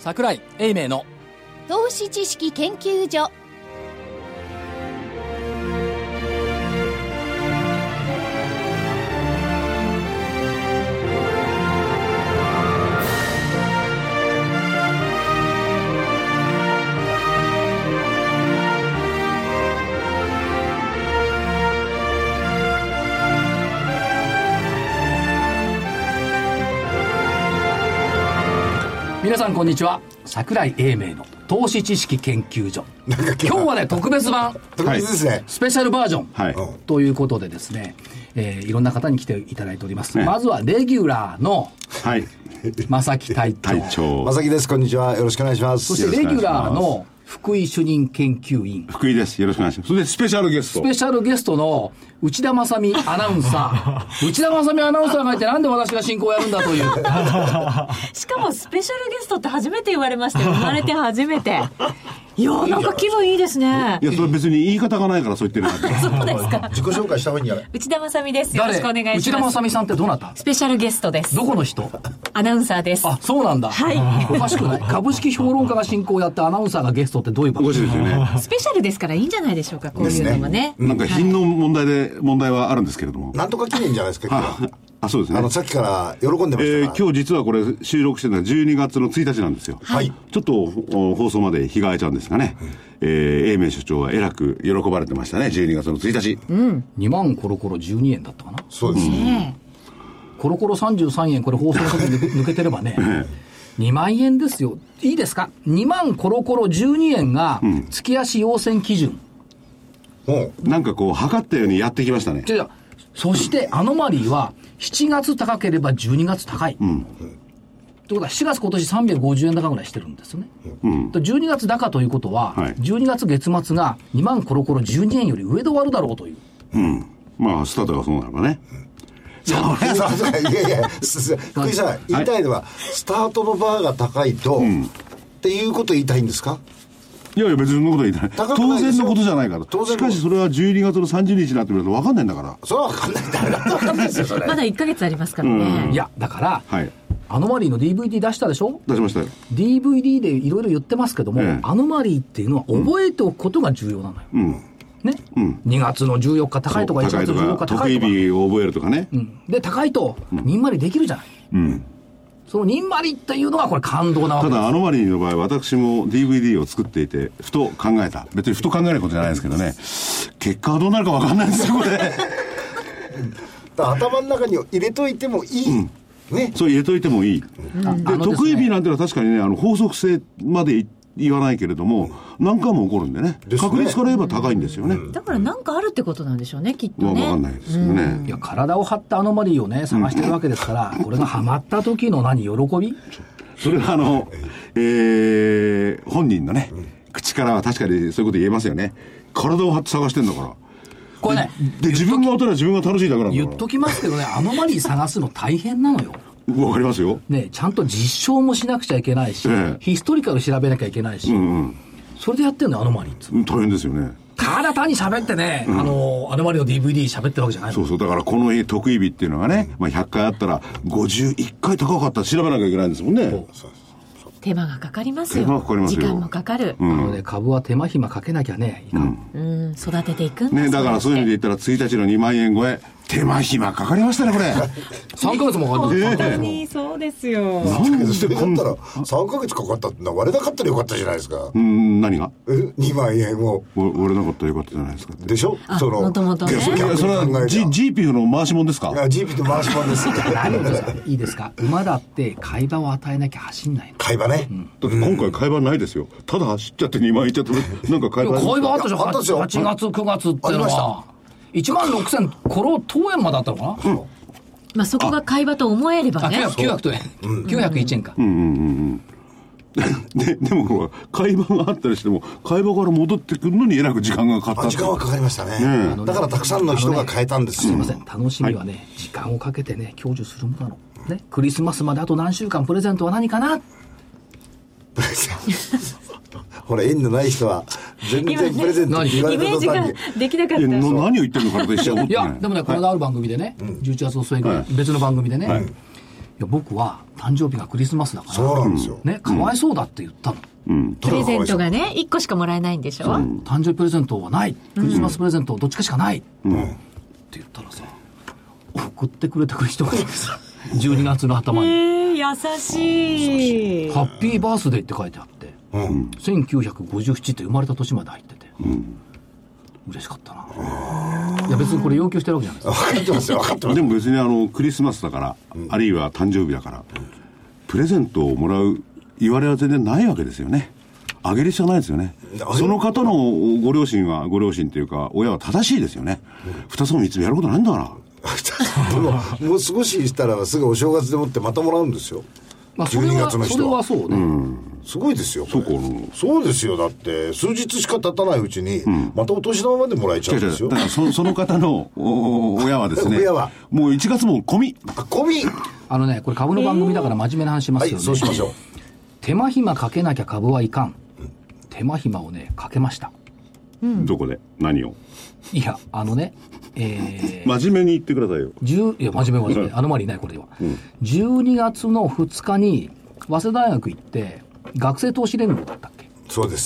櫻井英明の投資知識研究所。 皆さんこんにちは。櫻井英明の投資知識研究所。今日はね、特別版、 特別ですね、 スペシャルバージョン、 はい、 ということでですね、いろんな方に来ていただいております、まずはレギュラーの正木隊長。 正木です。こんにちは。よろしくお願いします。 そしてレギュラーの福井主任研究員。 福井です。よろしくお願いします。それでスペシャルゲストの内田正美アナウンサー。内田正美アナウンサーがいてなんで私が進行をやるんだという。 しかもスペシャルゲストって初めて言われましたよ。生まれて初めて。いや、なんか気分いいですね。 いや、それ別に言い方がないからそう言ってるんだそうですか。 自己紹介した方がいいんじゃない？ 内田正美です。よろしくお願いします。 内田正美さんってどなた？ スペシャルゲストです。 どこの人？ アナウンサーです。 あ、そうなんだ。 はい。 おかしくない？株式評論家が進行をやってアナウンサーがゲストってどういうこと？ おかしいですよね。 スペシャルですからいいんじゃないでしょうか、こういうのもね。 なんか品の問題はあるんですけれども。 なんとか記念じゃないですか、今日は。 あ、そうですね。 さっきから喜んでましたから。 今日実はこれ収録してるのは12月の1日なんですよ。 はい。 ちょっと放送まで日が空いちゃうんですがね。英明所長はえらく喜ばれてましたね、12月の1日。 2万コロコロ12円だったかな。 そうですね。 コロコロ33円、これ放送の時に抜けてればね。2万円ですよ。いいですか？ 2 万コロコロ12円が月足要線基準。 なんかこう測ったようにやってきましたね。 そしてアノマリーは7月高ければ12月高い。ということは7月今年350円高ぐらいしてるんですよね。12月高ということは、12月月末が2万コロコロ12円より上で終わるだろうという。 まあスタートがそうならばね。 いや、福井さん、言いたいのは、スタートのバーが高いと、っていうことを言いたいんですか？ いやいや、別にそんなことは言いたい。当然のことじゃないから。しかしそれは12月の30日になってみると分かんないんだから。 それは分かんない。誰だって分かんないですよ、それ。 まだ1ヶ月ありますからね。 いや、だから、アノマリーの DVD 出したでしょ？ 出しましたよ。 DVD でいろいろ言ってますけども、アノマリーっていうのは覚えておくことが重要なのよ。ね、2月の14日高いとか1月14日高いとか得意日を覚えるとかね、 で高いとにんまりできるじゃない、そのにんまりっていうのがこれ感動なわけです。 ただアノマリーの場合私も DVD を作っていてふと考えた、別にふと考えることじゃないですけどね、結果はどうなるか分かんないんですよこれ頭の中に入れといてもいい、ね、 そう入れといてもいい、で得意日なんてのは確かにね、法則性まで言わないけれども、何回も起こるんでね、確率から言えば高いんですよね。 だから何かあるってことなんでしょうね、きっとね。 分かんないですけどね。 いや、体を張ったアノマリーをね探してるわけですから、これがハマった時の喜び、 それは本人のね、口からは確かにそういうこと言えますよね。体を張って探してんだから。 これね、 で自分が当たれば自分が楽しいだから。 言っときますけどね、アノマリー探すの大変なのよ。 わかりますよ。 ね、ちゃんと実証もしなくちゃいけないし、ヒストリカル調べなきゃいけないし、それでやってんのよ、アノマリーって。 大変ですよね。 ただ単に喋ってね、アノマリーの DVD 喋ってるわけじゃないの。 そうそう、だからこの得意日っていうのがね、100回あったら51回高かったら調べなきゃいけないんですもんね。 手間がかかりますよ。 手間かかりますよ。 時間もかかる。 株は手間暇かけなきゃね、いかん。 育てていくんですね。だからそういう意味で言ったら1日の2万円超え、手間暇かかりましたねこれ。 3ヶ月もかかってる。 本当にそうですよ。 3ヶ月でかったら3ヶ月かかったってのは割れなかったらよかったじゃないですか。 何が 2万円を割れなかったらよかったじゃないですか。でしょ。 もともとね。 それはGP の回し物ですか。 いや GP の回し物です何ですか。いいですか。馬だって買い場を与えなきゃ走んないの。 買い場ね、 だって今回買い場ないですよ。ただ走っちゃって2万円いっちゃってなんか買い場あったでしょ。8月9月っていうのは16,000コロ当円まであったのかな。 まあそこが買い場と思えればね。 900円、901円か。 でも買い場があったりしても買い場から戻ってくるのにえらく時間がかかった。 時間はかかりましたね。だからたくさんの人が買えたんですよ。 すいません、楽しみはね、時間をかけてね享受するものなのね。クリスマスまであと何週間、プレゼントは何かな。 ほら縁のない人は全然プレゼントって言われた途端にイメージができなかった。 何を言ってるのかと一緒に思っていやでもね、この間ある番組でね、11月の末ぐらい別の番組でね、いや僕は誕生日がクリスマスだから、 そうなんですよ。 ね、かわいそうだって言ったの。 プレゼントがね、1個しかもらえないんでしょ。 誕生日プレゼントはない。クリスマスプレゼントどっちかしかない。って言ったらさ、送ってくれてくる人がいるんですよ。12月の頭に。 優しい。 ハッピーバースデーって書いてあって、1957って生まれた年まで入ってて、嬉しかったな。いや別にこれ要求してるわけじゃないですか。 分かってますよ、分かってます。 でも別にクリスマスだから、あるいは誕生日だから、プレゼントをもらう言われは全然ないわけですよね。あげる必要ないですよね。その方のご両親というか親は正しいですよね。2つも3つもやることないんだから。 もう少ししたらすぐお正月でもってまたもらうんですよ。 まあ、12月の人はそれはそうね、 すごいですよ。 そうか、 そうですよ。だって数日しか経たないうちに、またお年玉までもらえちゃうんですよ。 だからその方の親はですね、 親はもう1月も込み。 込み。 これ株の番組だから真面目な話しますよね。 はい、そうしましょう。 手間暇かけなきゃ株はいかん。手間暇をねかけました。 どこで何を？ いや真面目に言ってくださいよ。 いや真面目アノマリーないこれでは、12月の2日に早稲田大学行って学生投資連合だったっけ。 そうです、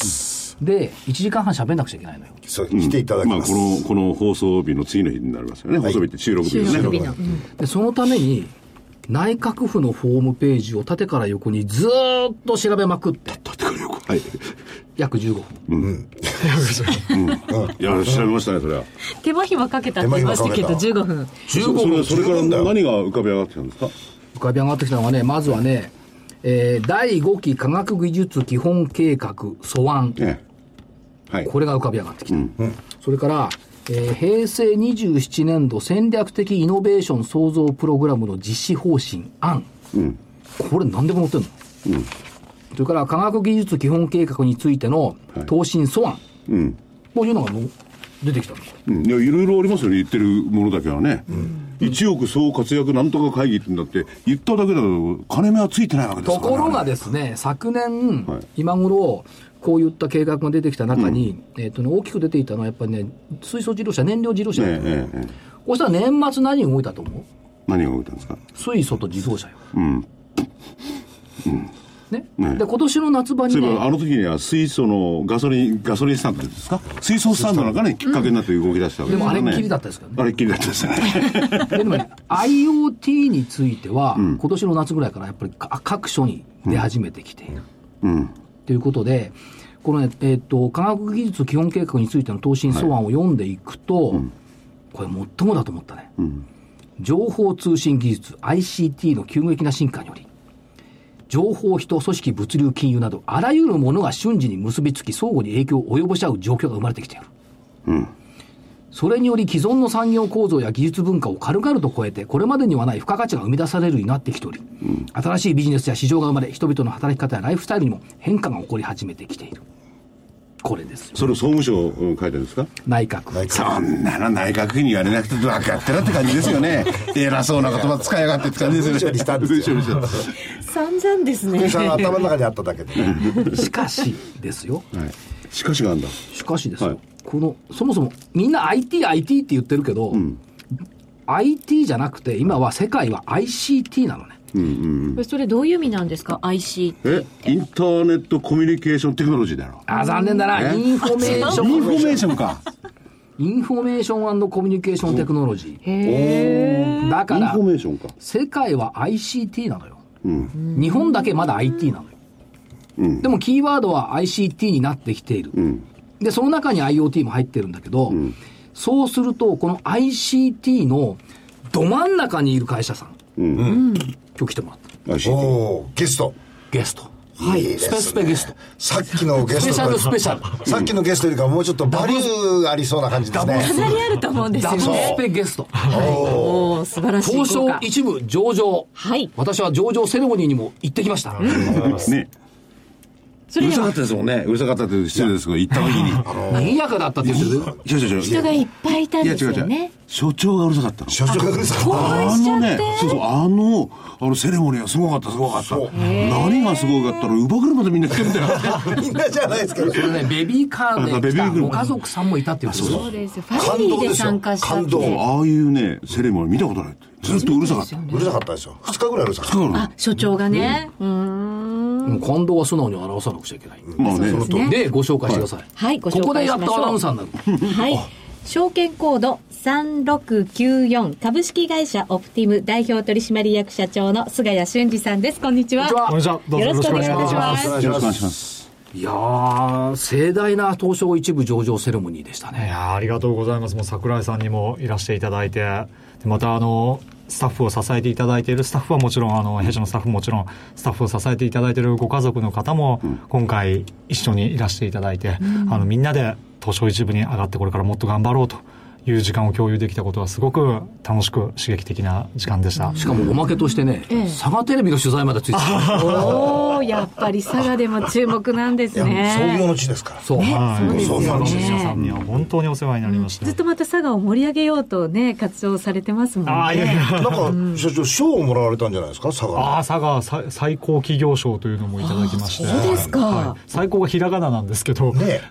で1時間半喋んなくちゃいけないのよ。 そう来ていただきます、 この放送日の次の日になりますよね、放送日って収録日ですね。 でそのために内閣府のホームページを縦から横にずーっと調べまくって、 縦から横、はい、 約15分。 いや調べましたね。それは手間暇かけたって言いましたけど15分それから何が浮かび上がってきたんですか。 浮かび上がってきたのがね、まずはね、第5期科学技術基本計画素案、はい、これが浮かび上がってきた、それから、平成27年度戦略的イノベーション創造プログラムの実施方針案、これ何でも載ってんの、それから科学技術基本計画についての答申素案、こういうのが出てきたんです、 いやいろいろありますよね、言ってるものだけはね、1億総活躍なんとか会議ってんだって言っただけだと金目はついてないわけですからね。 ところがですね、昨年、今頃こういった計画が出てきた中に、大きく出ていたのはやっぱりね、水素自動車、燃料自動車、こうしたら年末何動いたと思う？ 何が動いたんですか？ 水素と自動車よ。ね、で今年の夏場にね、 そういえばあの時には水素のガソリンスタンドですか、水素スタンドなんかね、きっかけになって動き出したわけですからね。 でもあれっきりだったですからね。 あれっきりだったですね。 でもね、IoT については、今年の夏ぐらいからやっぱり各所に出始めてきている、ということで、このね、科学技術基本計画についての答申素案を読んでいくと、これ最もだと思ったね、情報通信技術 ICT の急激な進化により、情報、人、組織、物流、金融などあらゆるものが瞬時に結びつき相互に影響を及ぼし合う状況が生まれてきている、それにより既存の産業構造や技術文化を軽々と超えてこれまでにはない付加価値が生み出されるようになってきており、新しいビジネスや市場が生まれ、人々の働き方やライフスタイルにも変化が起こり始めてきている。これですよ。 それを総務省書いてるんですか？ 内閣。 そんなの内閣府に言われなくてどうやってらって感じですよね。偉そうな言葉使いやがってって感じですよね。 したんですよ。 散々ですね。 さん頭の中にあっただけで。 しかしですよ、 しかしがあるんだ。 しかしですよ、このそもそもみんな IT って言ってるけど、IT じゃなくて今は世界は ICT なのね。 それどういう意味なんですか？ ICT インターネットコミュニケーションテクノロジーだろ。 残念だな。インフォメーションインフォメーションか。 インフォメーション&コミュニケーションテクノロジー。だからインフォメーションか。 世界は ICT なのよ、日本だけまだ IT なのよ、でもキーワードは ICT になってきている、でその中に IoT も入ってるんだけど、そうするとこの ICT のど真ん中にいる会社さん、今日来てもらった。 ゲスト。 はい、 いいですね。 スペゲスト。 さっきのゲストスペシャル。 さっきのゲストよりかもうちょっとバリューがありそうな感じですね。 かなりあると思うんですよね。 ダブルスペゲスト。 おー、素晴らしい。 東証一部上場。 はい。 私は上場セレモニーにも行ってきました。 ね。 そうるさかったですもんね。うるさかったって失礼ですけど、行った時に。 賑やかだったって言ってる。 人がいっぱいいたんですよね。 所長がうるさかったの。 所長がうるさかったそう、セレモニーがすごかった。何がすごかったら、乳母車でみんな来てるんだよ。 みんなじゃないですけど。 それね、ベビーカーで来たご家族さんもいたっていうこと。 そうです。ファミリーで参加したって。 ああいうね、セレモニー見たことない。ずっとうるさかった。 うるさかったですよ。2日ぐらいうるさかった。 あ、所長がね。 感動は素直に表さなくちゃいけない。 まあね。 で、ご紹介してください。 はい、ご紹介しましょう。 ここでやっとアナウンサーになる。 はい。証券コード3694株式会社オプティム代表取締役社長の菅谷俊二さんです。こんにちは。 こんにちは。どうぞよろしくお願いいたします。 よろしくお願いします。 いやー、盛大な東証一部上場セレモニーでしたね。 いやー、ありがとうございます。もう櫻井さんにもいらしていただいて、でまたスタッフを支えていただいているスタッフはもちろん弊社のスタッフもちろんスタッフを支えていただいているご家族の方も今回一緒にいらしていただいて、みんなで東証一部に上がってこれからもっと頑張ろうという時間を共有できたことはすごく楽しく刺激的な時間でした。 しかもおまけとしてね、佐賀テレビの取材までついてた。 おー、やっぱり佐賀でも注目なんですね。 創業の地ですから。 そう。 そうですよね。 皆さんには本当にお世話になりました。 ずっとまた佐賀を盛り上げようとね、活動されてますもんね。 なんか、社長、賞をもらわれたんじゃないですか、佐賀。 佐賀最高企業賞というのもいただきまして。 そうですか。 最高がひらがななんですけど。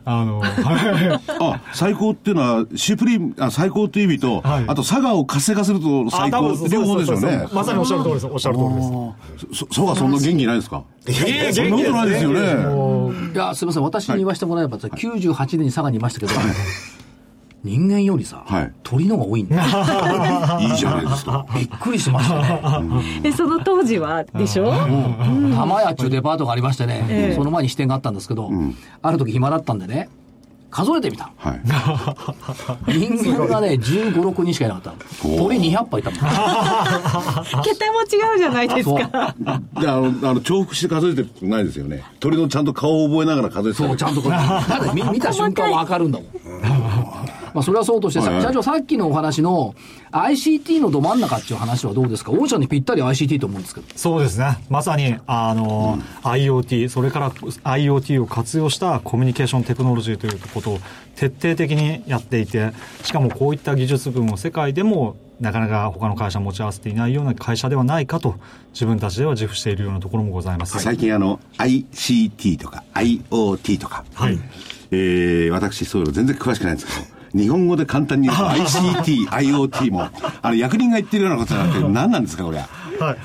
最高っていうのは、最高という意味と、あと佐賀を活性化すると最高両方ですよね。 まさにおっしゃる通りです。おっしゃる通りです。 佐賀そんな元気ないですか？そんなことないですよね。 いや、すみません、私に言わせてもらえば、98年に佐賀にいましたけど、人間よりさ、鳥のが多いんだよ。 いいじゃないですか。 びっくりしましたね。 その当時はでしょ？ 玉屋っていうデパートがありましてね、その前に支店があったんですけど、ある時暇だったんでね、数えてみた。人間がね、15、6人しかいなかった。鳥200羽いたもん。 桁も違うじゃないですか。 重複して数えてないですよね。鳥のちゃんと顔を覚えながら数えてそう、ちゃんと見た瞬間わかるんだもん。まあ、それはそうとしてさ、社長、さっきのお話の ICT のど真ん中っていう話はどうですか？オーシャンにぴったり ICT と思うんですけど。 そうですね。まさに、IoT、それから IoT を活用したコミュニケーションテクノロジーということを徹底的にやっていて、しかもこういった技術分を世界でもなかなか他の会社持ち合わせていないような会社ではないかと自分たちでは自負しているようなところもございます。 最近ICT とか IoT とか、私そういうの全然詳しくないんですけど、日本語で簡単に言うと ICT、IoT も役人が言ってるようなことじゃなくて何なんですかこれは。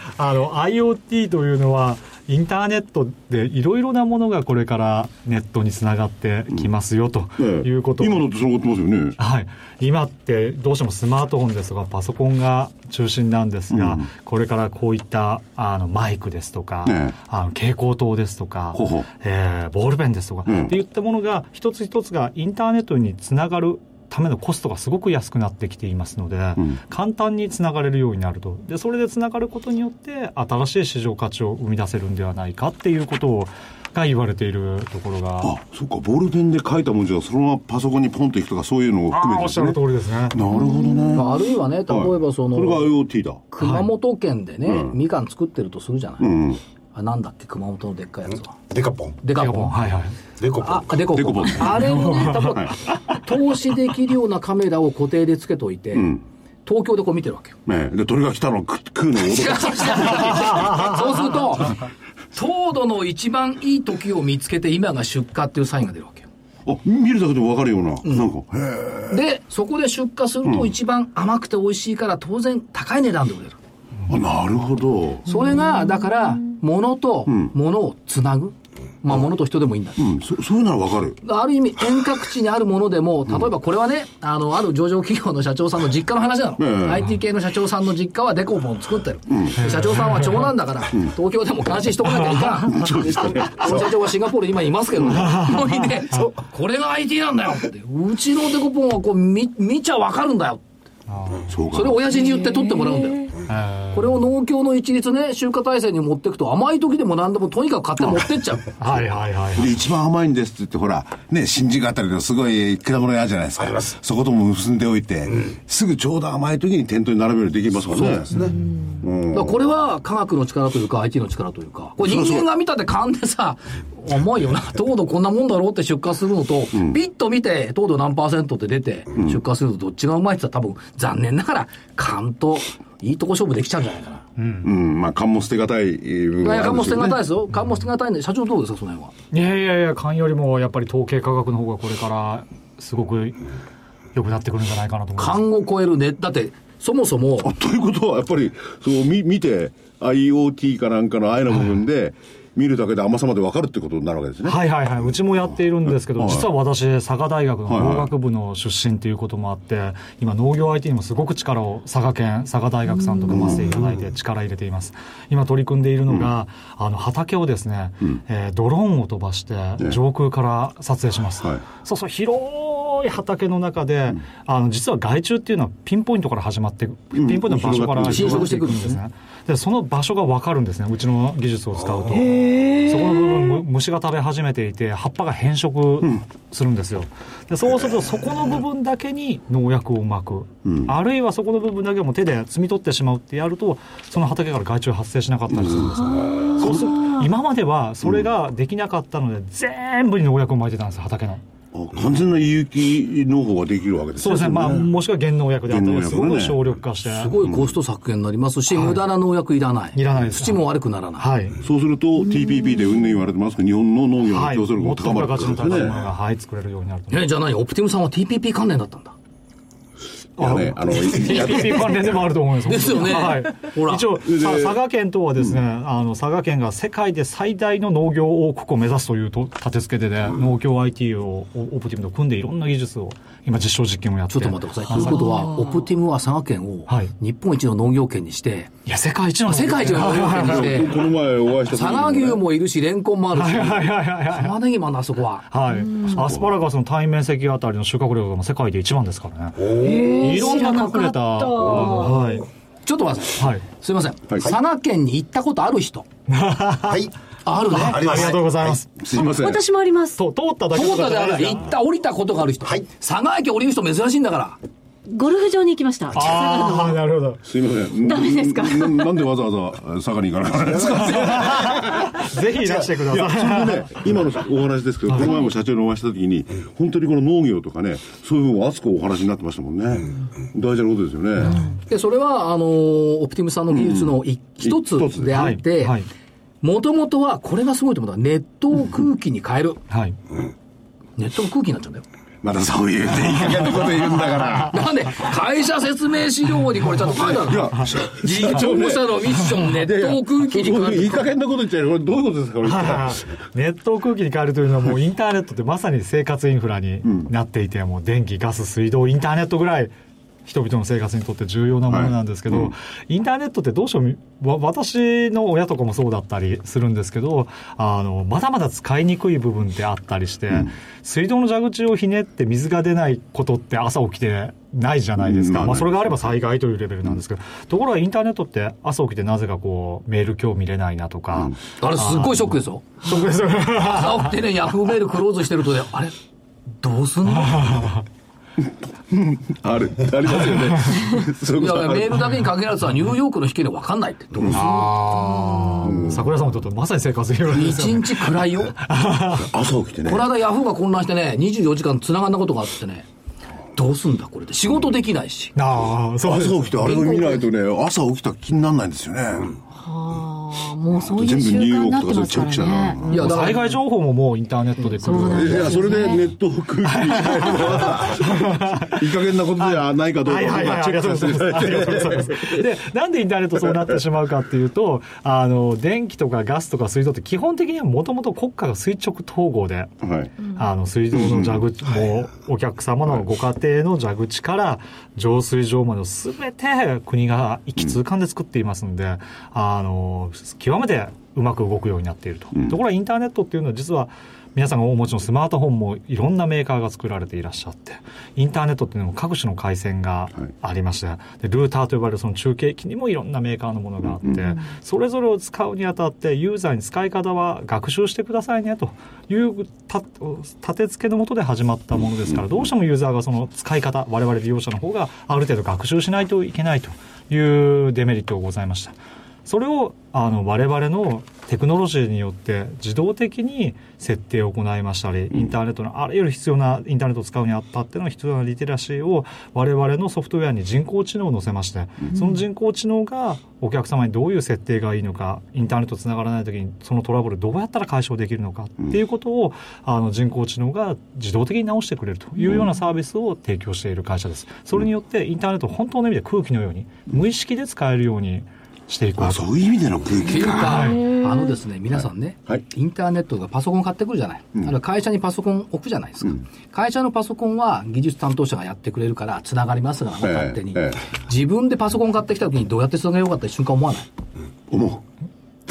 IoT というのはインターネットでいろいろなものがこれからネットにつながってきますよということ、 今だってつながってますよね。 今ってどうしてもスマートフォンですとかパソコンが中心なんですが、これからこういったマイクですとか、蛍光灯ですとか、ボールペンですとか、っていったものが一つ一つがインターネットにつながるためのコストがすごく安くなってきていますので、簡単につながれるようになると。で、それでつながることによって新しい市場価値を生み出せるんではないかっていうことが言われているところが。 そうか、ボールペンで書いた文字がそのままパソコンにポンといくとかそういうのを含めてですね。 おっしゃる通りですね。 なるほどね。 あるいはね、例えばそれが IoT だ。 熊本県でね、みかん作ってるとするじゃない。なんだっけ、熊本のでっかいやつは。 デカポン。 デカポン。 デコポン。 デコポン。あれをね、投資できるようなカメラを固定でつけといて、東京でこう見てるわけよ。 で、鳥が来たの食うのをそうすると、糖度の一番いい時を見つけて今が出荷っていうサインが出るわけよ。 見るだけでも分かるような。なんか。 で、そこで出荷すると一番甘くて美味しいから当然高い値段で売れる。 なるほど。 それが、だから、物と物をつなぐ。物と人でもいいんだ。 そういうのは分かる。 ある意味、遠隔地にあるものでも、例えばこれはね、ある上場企業の社長さんの実家の話なの。IT 系の社長さんの実家はデコポン作ってる。社長さんは長男だから、東京でも監視しとかなきゃいかん。この社長はシンガポールに今いますけどね。これが IT なんだよって。うちのデコポンはこう見ちゃ分かるんだよ。それを親父に言って取ってもらうんだよ。 これを農協の一律ね、集荷体制に持っていくと、甘い時でも何でもとにかく買って持ってっちゃう。 はいはいはい。 で、一番甘いんですって言って、ほら、ね、新宿あたりのすごい果物屋じゃないですか。あります。そことも結んでおいて、すぐちょうど甘い時に店頭に並べるようにできますからね。そうですね。 だからこれは科学の力というか IT の力というか、これ人間が見たって勘でさ、甘いよな、糖度こんなもんだろうって出荷するのと、ピッと見て糖度何%って出て出荷するのとどっちがうまいって言ったら多分残念ながら勘といいとこ勝負できちゃうんじゃないかな。 まあ勘も捨てがたい部分はあるんですよね。 勘も捨てがたいですよ。勘も捨てがたいんで、社長どうですかその辺は。 いや勘よりもやっぱり統計科学の方がこれからすごく良くなってくるんじゃないかなと思います。 勘を超えるね。だってそもそもということはやっぱりそう見て IoT かなんかの愛の部分で、見るだけで甘さまで分かるってことになるわけですね。 はいはいはい。うちもやっているんですけど、実は私、佐賀大学の農学部の出身ということもあって、今農業 IT にもすごく力を佐賀大学さんと組ませていただいて力入れています。今取り組んでいるのが、畑をですね、ドローンを飛ばして上空から撮影します。そうそう、広い畑の中で、実は害虫っていうのはピンポイントから始まって、ピンポイントの場所から広がっていくんですね。で、その場所が分かるんですね。うちの技術を使うと。そこの部分、虫が食べ始めていて、葉っぱが変色するんですよ。で、そうすると、そこの部分だけに農薬をまく。あるいはそこの部分だけをもう手で摘み取ってしまうってやると、その畑から害虫発生しなかったりするんですよ。そうすると、今まではそれができなかったので、全部に農薬をまいてたんですよ、畑の。 完全な有機農法ができるわけですね。 そうですね。まあ、もしくは減農薬であったり、すごく省力化して。 すごいコスト削減になりますし、無駄な農薬いらない。 いらないです。 土も悪くならない。 はい。 そうすると、TPP でうんぬん言われてますけど、日本の農業の競争力が高まるってことですね。 はい、作れるようになると。 じゃあ何オプティムさんは TPP 関連だったんだ。 TPP 関連でもあると思います。 ですよね。 はい。一応、佐賀県とはですね、佐賀県が世界で最大の農業王国を目指すという立て付けでね、農協 IT をオプティムと組んでいろんな技術を、今実証実験をやって。 ちょっと待ってください。ということは、オプティムは佐賀県を日本一の農業県にして、 いや、世界一の農業県にして、 この前お会いした佐賀牛もいるし、レンコンもあるし、玉ねぎもあるな、そこは。 はい。アスパラガスの単位面積あたりの収穫量が世界で一番ですからね。いろんな隠れた。はい。 ちょっと待ってください。はい。すいません。佐賀県に行ったことある人。 はい。 あるね。 ありがとうございます。 すいません。 私もあります。 通っただけ通ったである。降りたことがある人。はい。佐賀駅降りる人珍しいんだから。 ゴルフ場に行きました。 ああ、なるほど。 すいません。 ダメですか？ なんでわざわざ佐賀に行かなかったんですか？ ぜひいらしてください。 それでね、今のお話ですけど、この前も社長にお会いしたときに、本当にこの農業とかね、そういう部分を熱くお話になってましたもんね。大事なことですよね。 で、それは、オプティムさんの技術の一つであって、もともとは、これがすごいと思ったら、熱湯を空気に変える。 はい。 熱湯を空気になっちゃうんだよ。 まだそういういい加減なこと言うんだから。 なんで、会社説明資料にこれちゃんと書いてあるの。事業者のミッション、熱湯空気に変える。 いい加減なこと言っちゃうこれどういうことですかこれ。 熱湯空気に変えるというのはもうインターネットってまさに生活インフラになっていて、もう電気、ガス、水道、インターネットぐらい、人々の生活にとって重要なものなんですけど、インターネットってどうしても私の親とかもそうだったりするんですけど、まだまだ使いにくい部分ってあったりして、水道の蛇口をひねって水が出ないことって朝起きてないじゃないですか。まあそれがあれば災害というレベルなんですけど、ところがインターネットって朝起きてなぜかこうメール今日見れないなとか、 あれすっごいショックですよ。 ショックですよ。 朝起きてね、ヤフーメールクローズしてるとね、あれどうすんのありますよね。 いや、メールだけに限らずはニューヨークの引きで分かんないって。どうすんの桜井さんにとってまさに生活インフラですよね。 一日暗いよ。 朝起きてね。 この間ヤフーが混乱してね、24時間繋がんなことがあってね、どうすんだこれで。仕事できないし。 朝起きてあれを見ないとね、朝起きた気にならないんですよね。 もうそういう習慣になってますからね。 いや、災害情報ももうインターネットで来る。 いや、それでネット空気に変えるのは、いい加減なことではないかどうかチェックさせていただいて。 で、なんでインターネットそうなってしまうかっていうと、電気とかガスとか水道って基本的にはもともと国家が垂直統合で、水道の蛇口もお客様のご家庭の蛇口から浄水場までを全て国が一気通貫で作っていますんで、極めてうまく動くようになっていると。ところがインターネットっていうのは実は皆さんがお持ちのスマートフォンもいろんなメーカーが作られていらっしゃって、 インターネットっていうのも各種の回線がありまして、でルーターと呼ばれるその中継機にもいろんなメーカーのものがあって、それぞれを使うにあたってユーザーに使い方は学習してくださいねという立て付けのもとで始まったものですから、どうしてもユーザーがその使い方、我々利用者の方がある程度学習しないといけないというデメリットがございました。それを我々のテクノロジーによって自動的に設定を行いましたり、インターネットのあらゆる必要なインターネットを使うにあたっての必要なリテラシーを我々のソフトウェアに人工知能を載せまして、その人工知能がお客様にどういう設定がいいのか、インターネットつながらないときにそのトラブルどうやったら解消できるのかっていうことを人工知能が自動的に直してくれるというようなサービスを提供している会社です。それによってインターネットを本当の意味で空気のように無意識で使えるようにしていこうと。 そういう意味での空気か。 ですね、皆さんね、 はい、 インターネットがパソコン買ってくるじゃない、会社にパソコン置くじゃないですか、会社のパソコンは技術担当者がやってくれるからつながりますが、勝手に、自分でパソコン買ってきた時にどうやってつなげようかって瞬間思わない？ 思う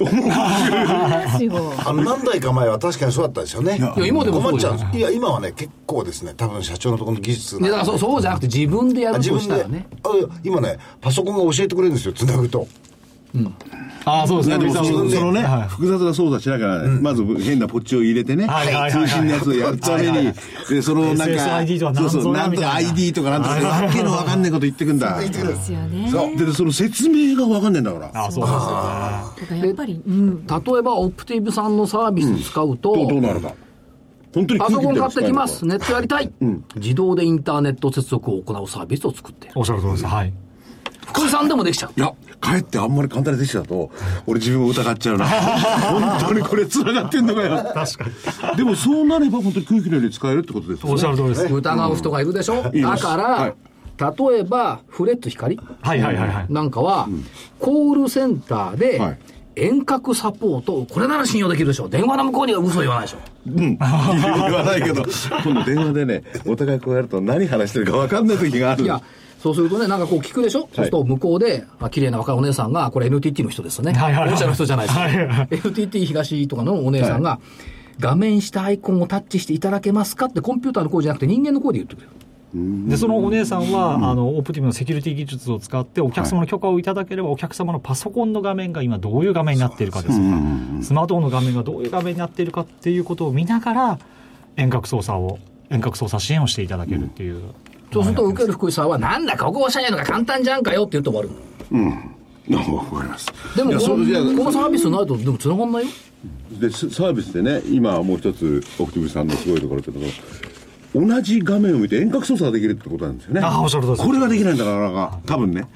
何代か前は確かにそうだったですよね。 いや今でもそうじゃん。 いや今はね結構ですね、多分社長のところの技術だからそうじゃなくて自分でやるとしたらね、 今ねパソコンが教えてくれるんですよ、つなぐと。 そうですね。 でもそのね、複雑な操作しながら、まず変なポッチを入れてね、通信のやつをやるために、でそのなんか SSID とかなんとか ID とかなんとかわけのわかんないこと言ってくんだ。 ですよね。 でその説明がわかんないんだから。 そうですよね。 やっぱり、 例えばオプティブさんのサービス使うと、 どうなるか。本当にパソコン買ってきます、ネットやりたい、自動でインターネット接続を行うサービスを作っている。 おっしゃるとおりです。はい。 福井さんでもできちゃう。 いや、かえってあんまり簡単にできちゃうと、俺自分を疑っちゃうな。本当にこれ繋がってんのかよ。 確かに。 でもそうなれば本当に空気のように使えるってことですよね。 おっしゃる通りです。 疑う人がいるでしょ、だから、例えばフレッツ光なんかは、コールセンターで遠隔サポート、これなら信用できるでしょ。電話の向こうには嘘言わないでしょ。 言わないけど、今度電話でね、お互いこうやると何話してるか分かんない時がある。 いや、そうするとね、なんかこう聞くでしょ、そうすると向こうで、綺麗な若いお姉さんが、これ NTT の人ですね。御社の人じゃないですか。NTT 東とかのお姉さんが、画面下アイコンをタッチしていただけますかってコンピューターの声じゃなくて人間の声で言ってくれる。 でそのお姉さんは、オプティブのセキュリティ技術を使ってお客様の許可をいただければ、お客様のパソコンの画面が今どういう画面になっているかですとか、スマートフォンの画面がどういう画面になっているかっていうことを見ながら遠隔操作支援をしていただけるっていう、 そうすると受ける福井さんはなんだここ押さえるのが簡単じゃんかよって言うと終わる。 わかります。 でもこのサービスになるとでも繋がんないよ。 でサービスでね、今もう一つオプティブさんのすごいところっていうのは、同じ画面を見て遠隔操作ができるってことなんですよね。 おっしゃるとおりです。 これができないんだから多分ね。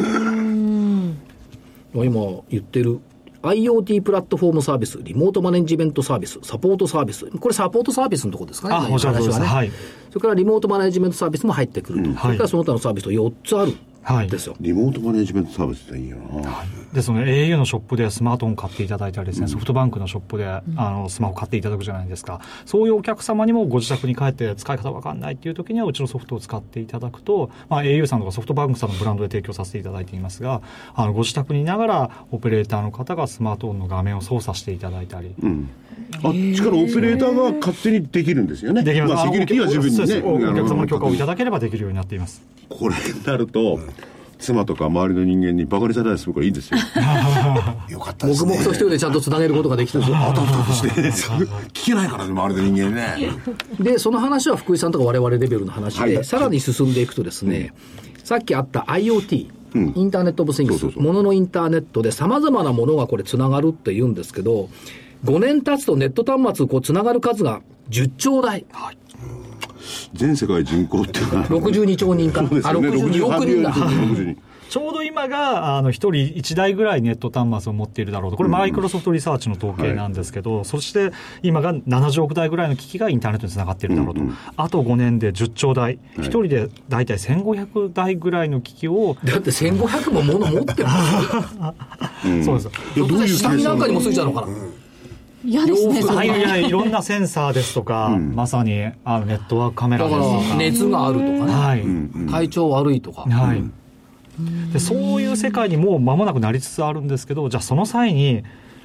今言ってる IoT プラットフォームサービス、リモートマネジメントサービス、サポートサービス、これサポートサービスのところですかね。 おっしゃるとおりです。はい。 それからリモートマネジメントサービスも入ってくると、それからその他のサービスと4つある。ですよ。 リモートマネジメントサービスっていいよな。 でその au のショップでスマートフォン買っていただいたりですね、ソフトバンクのショップでスマホ買っていただくじゃないですか。そういうお客様にもご自宅に帰って使い方わかんないっていう時にはうちのソフトを使っていただくと、au さんとかソフトバンクさんのブランドで提供させていただいていますが、ご自宅にいながらオペレーターの方がスマートフォンの画面を操作していただいたり、 あっちからオペレーターが勝手にできるんですよね。 できます。 セキュリティは自分にね、 お客様の許可をいただければできるようになっています。 これになると妻とか周りの人間にバカにされたりするからいいですよ。 よかったですね。 黙々と一人でちゃんとつなげることができたんですよ。 あたふたして聞けないからね、周りの人間ね。 でその話は福井さんとか我々レベルの話で、さらに進んでいくとですね、さっきあった IoT、インターネットオブシングス、もののインターネットでさまざまなものがこれつながるって言うんですけど、5年経つとネット端末こうつながる数が10兆台、 全世界人口っていうのは 62兆人かな、62億人だ。 ちょうど今が1人1台ぐらいネット端末を持っているだろうと、これマイクロソフトリサーチの統計なんですけど、そして今が70億台ぐらいの機器がインターネットにつながっているだろうと、あと5年で10兆台、1人で大体1500台ぐらいの機器を、 だって1500も物持ってますそうです。 どういう下着なんかにもついちゃうのかな。 嫌ですね。 いろんなセンサーですとか、まさにネットワークカメラですとか、 熱があるとかね、体調悪いとか、 でそういう世界にもう間もなくなりつつあるんですけど、じゃあその際に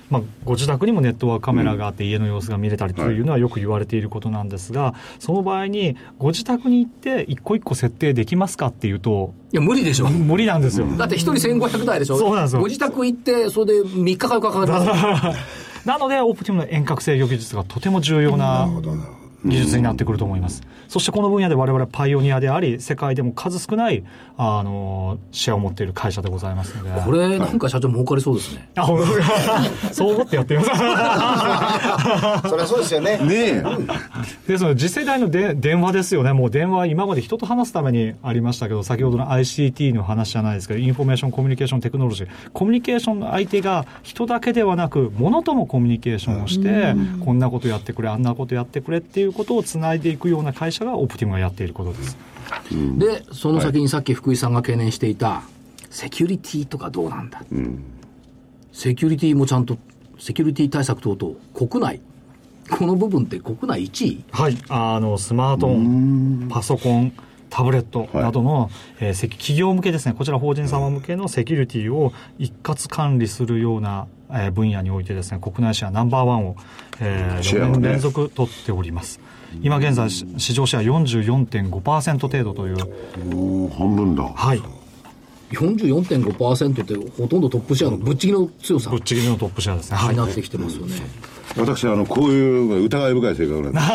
ご自宅にもネットワークカメラがあって家の様子が見れたりというのはよく言われていることなんですが、その場合にご自宅に行って一個一個設定できますかっていうと、 いや無理でしょ。 無理なんですよ。 だって1人1500台でしょ。 そうなんですよ。 ご自宅行ってそれで3日か4日かかりますなのでオプティムの遠隔制御技術がとても重要な技術になってくると思います。そしてこの分野で我々はパイオニアであり、世界でも数少ないシェアを持っている会社でございますので、 これなんか社長儲かりそうですね。 そう思ってやってみますそりゃそうですよね。 で、その次世代の電話ですよね。もう電話は今まで人と話すためにありましたけど、先ほどの ICT の話じゃないですけど、インフォメーションコミュニケーションテクノロジー、コミュニケーションの相手が人だけではなく物ともコミュニケーションをして、こんなことやってくれ、あんなことやってくれっていうことをつないでいくような会社がオプティムがやっていることです。 でその先にさっき福井さんが懸念していたセキュリティとかどうなんだ、セキュリティもちゃんとセキュリティ対策等々国内この部分って国内1位。 はい、スマートフォン、パソコン、タブレットなどの、企業向けですね、こちら法人様向けのセキュリティを一括管理するような、分野においてですね、国内シェアナンバーワンを、4年連続取っております。今現在市場シェア 44.5% 程度という。 半分だ。 はい。 44.5% ってほとんどトップシェアのぶっちぎりの強さ。 ぶっちぎりのトップシェアですね。 はい。なってきてますよね。 私こういう疑い深い性格なんです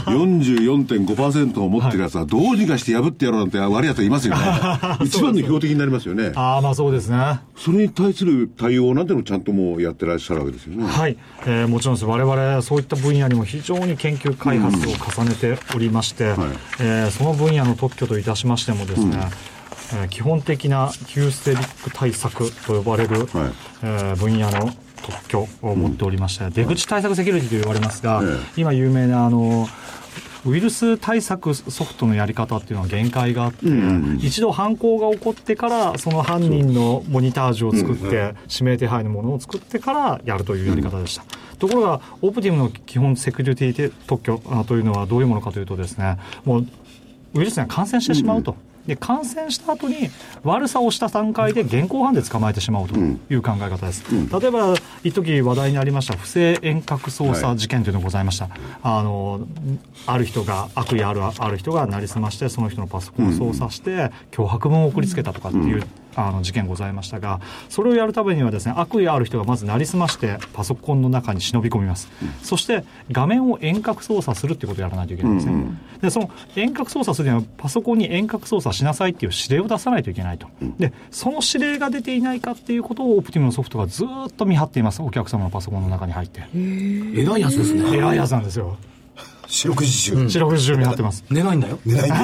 44.5% を持ってるやつはどうにかして破ってやろうなんて悪いやついますよね一番の標的になりますよね。 そうですね。 それに対する対応なんてのもちゃんともうやってらっしゃるわけですよね。 はい、もちろんです。我々そういった分野にも非常に研究開発を重ねておりまして、その分野の特許といたしましてもですね、基本的なヒューステリック対策と呼ばれる、分野の特許を持っておりまして、出口対策セキュリティと言われますが、今有名なウイルス対策ソフトのやり方っていうのは限界があって、一度犯行が起こってからその犯人のモニタージュを作って、指名手配のものを作ってからやるというやり方でした。ところがオプティムの基本セキュリティ特許というのはどういうものかというとですね、もうウイルスに感染してしまうと。で感染した後に悪さをした段階で現行犯で捕まえてしまうという考え方です。例えば一時話題になりました不正遠隔操作事件というのがございました。ある人が悪意ある人がなりすましてその人のパソコンを操作して脅迫文を送りつけたとかっていう事件ございましたが、それをやるためにはですね、悪意ある人がまずなりすましてパソコンの中に忍び込みます。そして画面を遠隔操作するっていうことをやらないといけないんですね。でその遠隔操作するにはパソコンに遠隔操作しなさいっていう指令を出さないといけないと。でその指令が出ていないかっていうことをオプティムのソフトがずっと見張っています。お客様のパソコンの中に入って。 偉いやつですね。 偉いやつなんですよ。 四六時中見張ってます。 寝ないんだよ。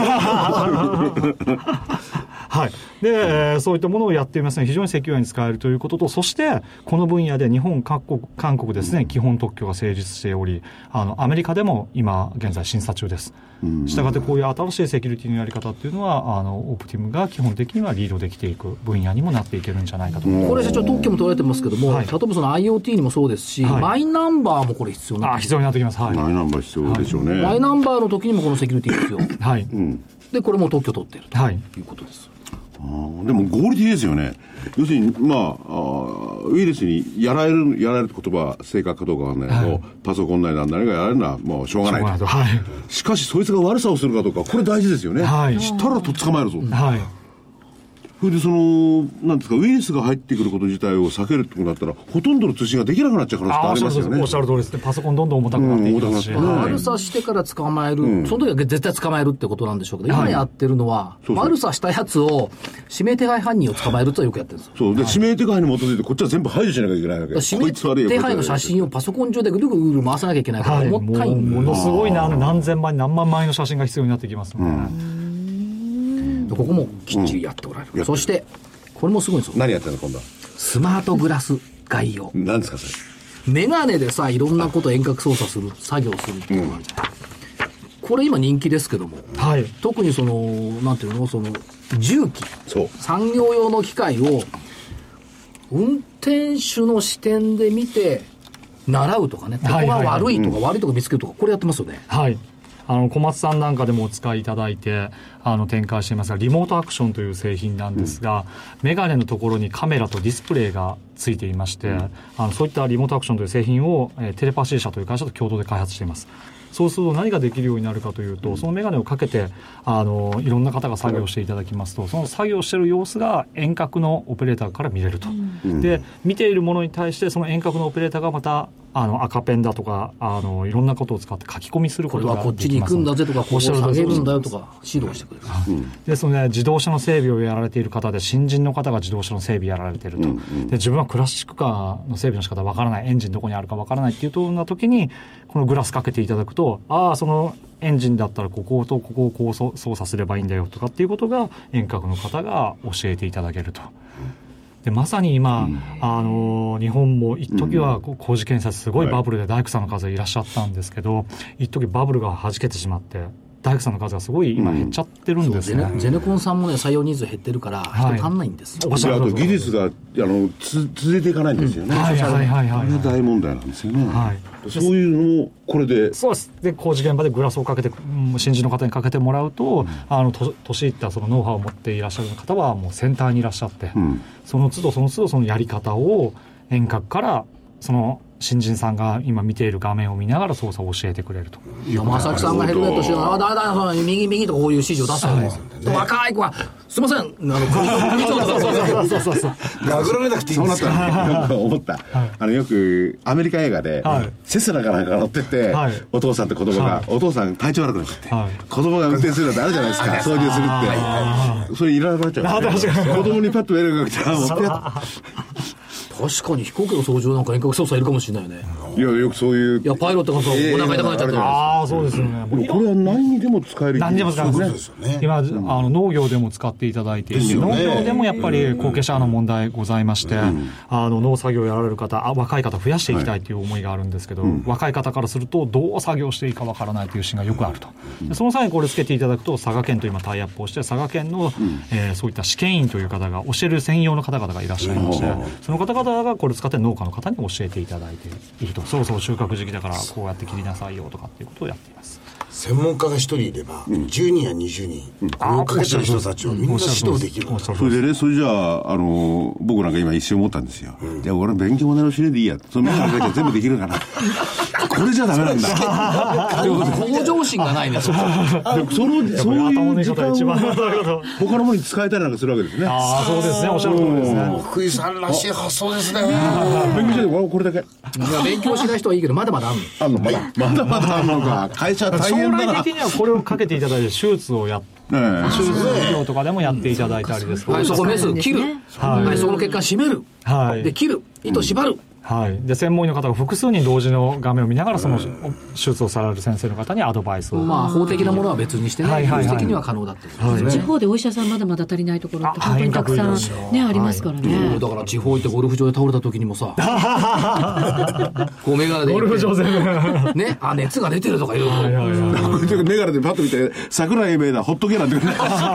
はい。で、そういったものをやっていますので非常にセキュアに使えるということと、そしてこの分野で日本、韓国ですね、基本特許が成立しており、アメリカでも今現在審査中です。したがってこういう新しいセキュリティのやり方っていうのはオプティムが基本的にはリードできていく分野にもなっていけるんじゃないかと。 これ社長特許も取られてますけども、例えばその IoT にもそうですし、マイナンバーもこれ必要な必要になってきます。 マイナンバー必要でしょうね。 マイナンバーの時にもこのセキュリティ必要。 はい。 でこれも特許取っているということです。 でも合理的ですよね。要するにウイルスにやられるって言葉は正確かどうかわかんないけど、パソコンなり何なりがやられるのはもうしょうがないと。しかしそいつが悪さをするかどうかこれ大事ですよね。したらと捕まえるぞ。それでなんですか、ウイルスが入ってくること自体を避けるってことになったらほとんどの通信ができなくなっちゃう可能性ってありますよね。 おっしゃる通りですね。パソコンどんどん重たくなっていきますし、 悪さしてから捕まえる、その時は絶対捕まえるってことなんでしょうけど、今やってるのは悪さしたやつを指名手配犯人を捕まえるとよくやってるんですよ。 そうで、指名手配に基づいてこっちは全部排除しなきゃいけないわけ。 指名手配の写真をパソコン上でぐるぐる回さなきゃいけないから重たい。 ものすごい何千枚何万枚の写真が必要になってきますので、 ここもきっちりやっておられる。そしてこれもすごいんですよ。 何やってんの今度は。 スマートグラス概要。 何ですかそれ。 メガネでさ、いろんなことを遠隔操作する、作業するっていうのがあるじゃない。これ今人気ですけども、特になんていうの、重機、産業用の機械を運転手の視点で見て習うとかね、ここが悪いとか悪いとか見つけるとか、これやってますよね。 小松さんなんかでもお使いいただいて展開していますが、リモートアクションという製品なんですが、メガネのところにカメラとディスプレイがついていまして、そういったリモートアクションという製品を、テレパシー社という会社と共同で開発しています。そうすると何ができるようになるかというと、そのメガネをかけていろんな方が作業していただきますと、その作業している様子が遠隔のオペレーターから見れると、で見ているものに対してその遠隔のオペレーターがまた赤ペンだとかいろんなことを使って書き込みすることができます。 こっちに行くんだぜとか、こう下げるんだよとか指導してくれる。 ですので、自動車の整備をやられている方で、新人の方が自動車の整備やられていると、で自分はクラシックカーの整備の仕方わからない、エンジンどこにあるかわからないっていうような時にこのグラスかけていただくと、そのエンジンだったらこことここをこう操作すればいいんだよとかっていうことが遠隔の方が教えていただけると。でまさに今、日本も一時は工事建設すごいバブルで大工さんの数がいらっしゃったんですけど、一時バブルが弾けてしまって大工さんの数がすごい今減っちゃってるんですね。 ゼネコンさんもね、採用ニーズ減ってるから人足んないんですよ。 あと技術が続いていかないんですよね。これ大問題なんですよね。そういうのをこれで。 そうです。で工事現場でグラスをかけて新人の方にかけてもらうと、年いったそのノウハウを持っていらっしゃる方はもうセンターにいらっしゃって、その都度その都度そのやり方を遠隔からその新人さんが今見ている画面を見ながら操作を教えてくれると。 山崎さんがヘルメットしてだ右右とかこういう指示を出すわけですよ。若い子はすいません首長とか殴られなくていいんですよ。 そうなった思った、よくアメリカ映画で、セスナかなんか乗ってて、お父さんと子供が、お父さん体調悪くなっちゃって、子供が運転するのってあるじゃないですか、操縦するって、それいらなくなっちゃう、子供にパッとエレが来たら持ってや確かに飛行機の操縦なんか遠隔操作いるかもしれないよね。 いやよくそういうパイロットがそうお腹痛くなっちゃったそうですよね。 これは何にでも使える。 何にでも使えますね。今農業でも使っていただいていて、農業でもやっぱり後継者の問題ございまして、農作業やられる方、若い方増やしていきたいという思いがあるんですけど、若い方からするとどう作業していいかわからないというシーンがよくあると。その際にこれつけていただくと、佐賀県と今タイアップをして、佐賀県のそういった試験員という方が教える専用の方々がいらっしゃいまして、その方々がこれ使って農家の方に教えていただいていると。そろそろ収穫時期だからこうやって切りなさいよとかっていうことをやっています。 専門家が1人いれば、10人や20人これをかけてる人たちをみんな指導できる。 それでね、それじゃあ、僕なんか今一瞬思ったんですよ。じゃあ俺勉強もなるしねでいいや、そのメガネかけて全部できるかなこれじゃダメなんだ向上心がないねそそういう時間を他のものに使えたりなんかするわけですね。 そうですね、おっしゃる通りですね。 福井さんらしい発想ですね。 勉強してこれだけ。 勉強しない人はいいけど、まだまだあんの。 まだまだあんのか。会社大変だな。 将来的にはこれをかけていただいて手術をやって、手術業とかでもやっていただいたりですとか、 そこメス切る、そこの血管締める、で切る、糸縛る、 で専門医の方が複数人同時の画面を見ながらその手術をされる先生の方にアドバイスを、 法的なものは別にしてね、技術的には可能だってことですね。 地方でお医者さんまだまだ足りないところって本当にたくさんねありますからね。 だから地方行ってゴルフ場で倒れた時にもさこうメガネでゴルフ場でね、熱が出てるとか言うとメガネでパッと見て桜井英明だほっとけなんて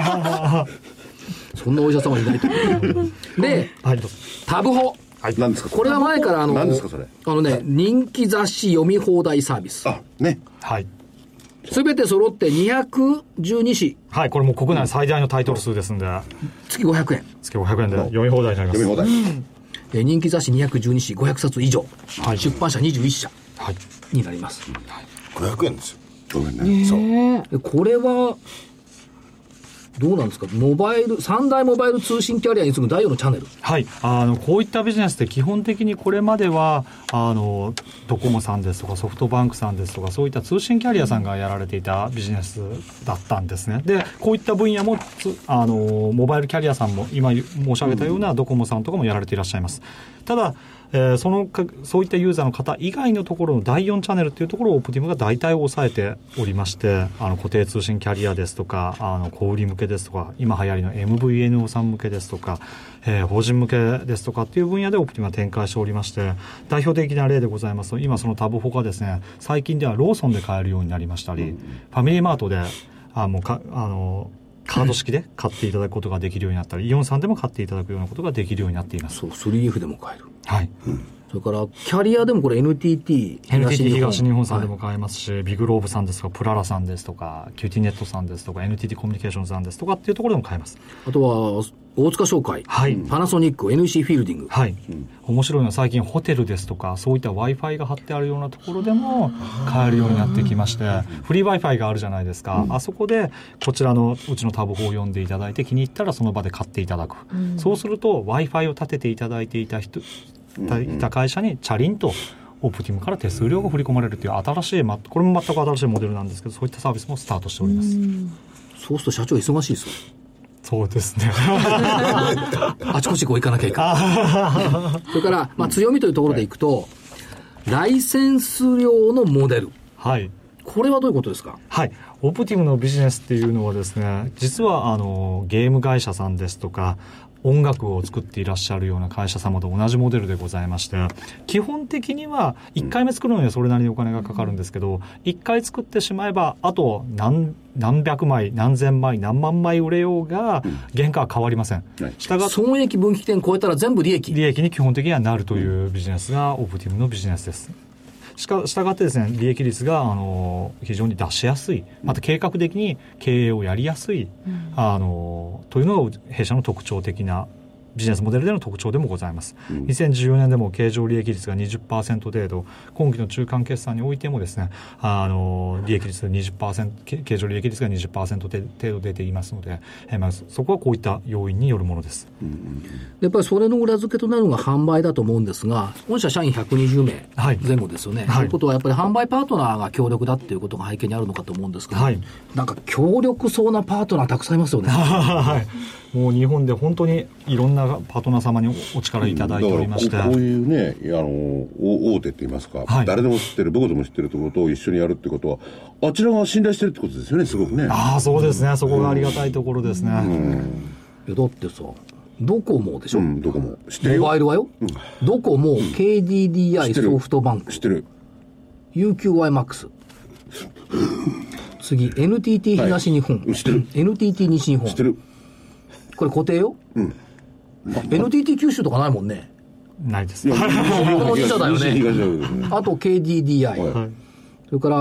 そんなお医者さんはいないとで、タブホ、 何ですかこれは前から何ですかそれ。 人気雑誌読み放題サービス。すべて揃って212紙。 これも国内最大のタイトル数ですんで、 月500円。 月500円で読み放題になります。 読み放題。 人気雑誌212紙500冊以上。出版社21社になります。 500円ですよ。 ごめんね。 そう。これはどうなんですか、三大モバイル通信キャリアに次ぐ第4のチャンネル。 こういったビジネスって基本的にこれまではドコモさんですとかソフトバンクさんですとかそういった通信キャリアさんがやられていたビジネスだったんですね。でこういった分野もモバイルキャリアさんも今申し上げたようなドコモさんとかもやられていらっしゃいます。ただそういったユーザーの方以外のところの第4チャンネルというところをオプティムが大体抑えておりまして、固定通信キャリアですとか小売り向けですとか今流行りの MVNO さん向けですとか、法人向けですとかっていう分野でオプティムは展開しておりまして、代表的な例でございますと今そのタブホがですね最近ではローソンで買えるようになりましたり、ファミリーマートでカード式で買っていただくことができるようになったり、イオンさんでも買っていただくようなことができるようになっています。 そう、3F でも買える。 それからキャリアでもこれ NTT 東日本さんでも買えますし、ビッグローブさんですとかプララさんですとか QT ネットさんですとか NTT コミュニケーションさんですとかっていうところでも買えます。 あとは大塚商会、はい、パナソニック、NEC フィールディング、 はい、面白いのは最近ホテルですとかそういった Wi-Fi が貼ってあるようなところでも買えるようになってきまして、フリー Wi-Fi があるじゃないですか、あそこでこちらのうちのタブ法を読んでいただいて気に入ったらその場で買っていただく、そうすると Wi-Fi を立てていただいていた会社にチャリンとオプティムから手数料が振り込まれるという新しい、これも全く新しいモデルなんですけど、そういったサービスもスタートしております。 そうすると社長忙しいですよ。 そうですねあちこちこう行かなきゃいけないそれから、強みというところでいくと、ライセンス料のモデル、はい、これはどういうことですか？ はい、オプティムのビジネスっていうのはですね、実はゲーム会社さんですとか音楽を作っていらっしゃるような会社様と同じモデルでございまして、基本的には1回目作るのにはそれなりにお金がかかるんですけど、1回作ってしまえばあと何百枚何千枚何万枚売れようが原価は変わりません。 損益分岐点超えたら全部利益に基本的にはなるというビジネスがオプティムのビジネスです。したがってですね、利益率が非常に出しやすい、また計画的に経営をやりやすい、というのが弊社の特徴的なビジネスモデルでの特徴でもございます。2014年でも経常利益率が 20% 程度、今期の中間決算においてもですね、利益率 20%、経常利益率が 20% 程度出ていますので、そこはこういった要因によるものです。 やっぱりそれの裏付けとなるのが販売だと思うんですが、御社社員120名前後ですよね。ということはやっぱり販売パートナーが強力だっていうことが背景にあるのかと思うんですけど、なんか強力そうなパートナーたくさんいますよね。 もう日本で本当にいろんなパートナー様にお力いただいておりまして、 こういうね、大手って言いますか、誰でも知ってる、僕でも知ってるところと一緒にやるってことは、あちらが信頼してるってことですよね、すごくね。 そうですね、そこがありがたいところですね。 だってさ、ドコモでしょ、 ドコモ知ってるよ。 モバイルはよ、ドコモ、KDDI、ソフトバンク、 知ってる。 UQYMAX、次 NTT 東日本、 知ってる。 NTT 西日本、 知ってる。 これ固定よ。NTT 九州とかないもんね。 ないです。 この2社だよね。あと KDDI、それから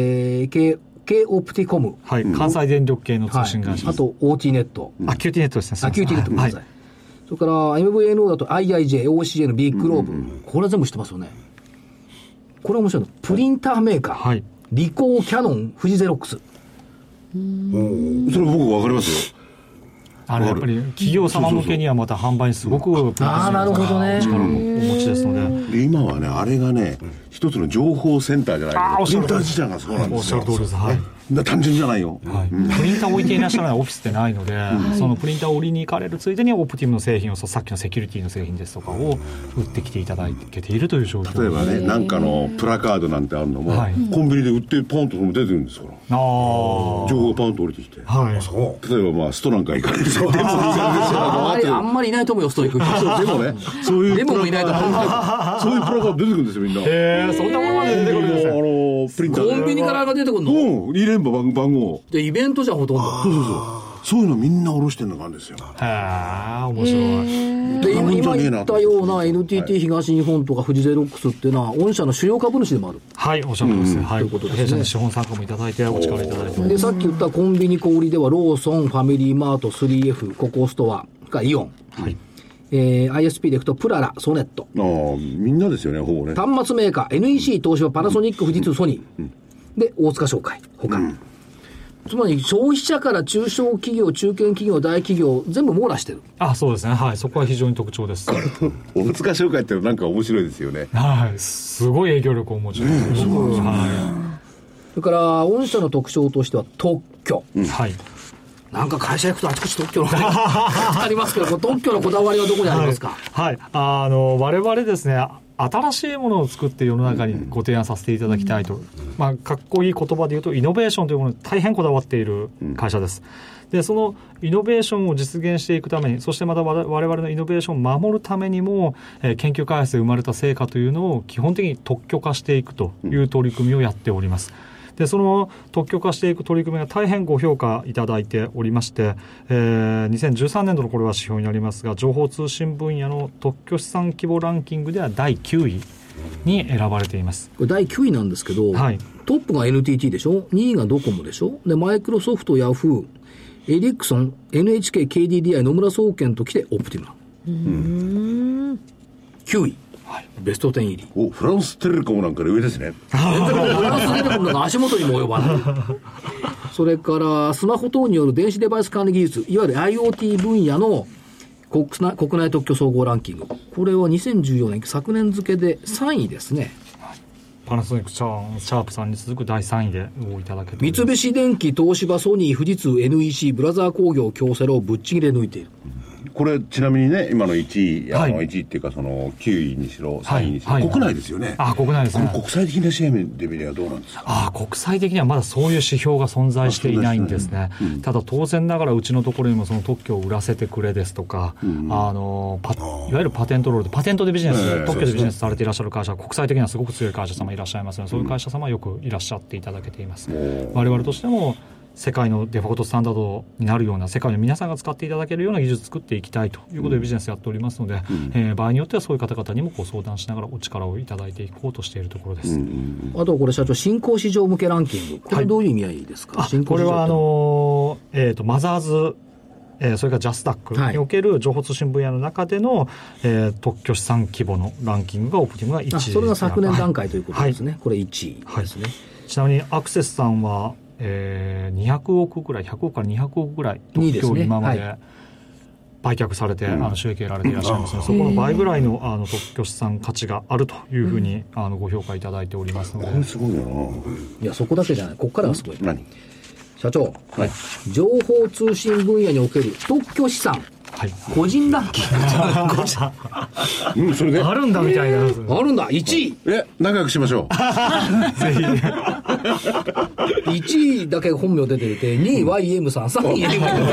、K オプティコム、 関西電力系の通信会社、 あと OT ネット、 QT ネットですね。 QT ネットごめんなさい。それから MVNO だと IIJ、OCN、ビッグローブ、これは全部知ってますよね。これ面白いの、プリンターメーカー、リコー、キャノン、フジゼロックス。 それ僕分かりますよ。 やっぱり企業様向けにはまた販売にすごくなるほどね、 力をお持ちですので、 今はね、あれがね、一つの情報センターじゃないけど、プリンター自体がそうなんですよ。 おっしゃる通りです。 単純じゃないよ、 プリンターを置いていらっしゃらないオフィスってないので、そのプリンターを売りに行かれるついでにオプティムの製品を、さっきのセキュリティの製品ですとかを売ってきていただけているという状況。 例えばね、なんかのプラカードなんてあるのも、コンビニで売ってポンと出てるんですから、情報がポンと降りてきて、例えばストなんか行かれるとあんまりいないと思うよ、スト行く人。 でもね、そういうでもいないと思う。 そういうプラカード出てくるんですよ、みんな。 そんなものまで出てくるんですね。 プリンターコンビニからが出てくるの？ 入れんば番号で、イベントじゃほとんど。 そういうのみんな下ろしてるのがあるんですよ。 面白い。 で、今言ったような NTT 東日本とかフジゼロックスっていうのは御社の主要株主でもある。 おっしゃるとおりです。 ということですね。 弊社に資本参加もいただいてお力いただいて。 で、さっき言ったコンビニ小売ではローソン、ファミリーマート、3F、ココストア、イオン。ISP でいくとプララ、ソネット。 みんなですよね、ほぼね。 端末メーカー NEC、東芝、パナソニック、富士通、ソニー、で大塚商会他、つまり消費者から中小企業、中堅企業、大企業全部網羅してる。 そうですね。そこは非常に特徴です。 大塚商会ってなんか面白いですよね。 すごい営業力をお持ちです。 それから御社の特徴としては特許。なんか会社行くとあちこち特許のありますけど、特許のこだわりはどこにありますか？ 我々ですね、新しいものを作って世の中にご提案させていただきたいと、かっこいい言葉で言うとイノベーションというものに大変こだわっている会社です。で、そのイノベーションを実現していくために、そしてまた我々のイノベーションを守るためにも、研究開発で生まれた成果というのを基本的に特許化していくという取り組みをやっております。 でその特許化していく取り組みが大変ご評価いただいておりまして、2013年度のこれは指標になりますが、情報通信分野の特許資産規模ランキングでは第9位に選ばれています。 これ第9位なんですけど、はい、トップが NTT でしょ、2位がドコモでしょ、でマイクロソフト、ヤフー、エリクソン、NHK、KDDI、野村総研ときてオプティムラ。9位、はい、ベスト10入り。 お、フランステレコムなんかで上ですね。 フランステレコムなんか足元にも及ばない。それからスマホ等による電子デバイス管理技術、いわゆる IoT 分野の国内特許総合ランキング、これは2014年昨年付で3位ですね。 パナソニックシャープさんに続く第3位でいただけて、 三菱電機、東芝、ソニー、富士通、NEC、ブラザー工業、京セロをぶっちぎれ抜いている。 これちなみにね、今の1位、はい、1位っていうかその9位にしろ3位にしろ、はいはい、国内ですよね。 国内ですね。 国際的な試合で見ればどうなんですか。 国際的にはまだそういう指標が存在していないんですね。ただ当然ながらうちのところにもその特許を売らせてくれですとか、いわゆるパテントロールでパテントでビジネス、特許でビジネスされていらっしゃる会社、国際的にはすごく強い会社様いらっしゃいますので、そういう会社様はよくいらっしゃっていただけています。我々としても世界のデフォルトスタンダードになるような、世界の皆さんが使っていただけるような技術を作っていきたいということでビジネスやっておりますので、場合によってはそういう方々にもご相談しながらお力をいただいていこうとしているところです。 あとこれ社長、新興市場向けランキング、これどういう意味合いですか。 これはマザーズ、それからジャスダックにおける情報通信分野の中での、特許資産規模のランキングがオプティムが1位です。 それが昨年段階ということですね。これ1位ですね。 ちなみにアクセスさんは200億ぐらい、100億から200億ぐらい特許を今まで売却されて、収益得られていらっしゃいますので、そこの倍ぐらいの特許資産価値があるというふうにご評価いただいておりますので。 これすごいな。 いや、そこだけじゃない、ここからがすごい。何社長、情報通信分野における特許資産、個人ランキングそれであるんだみたいな、 あるんだ。1位仲良くしましょう。ぜひ 1位だけ本名出てて、2位 YM さん、3位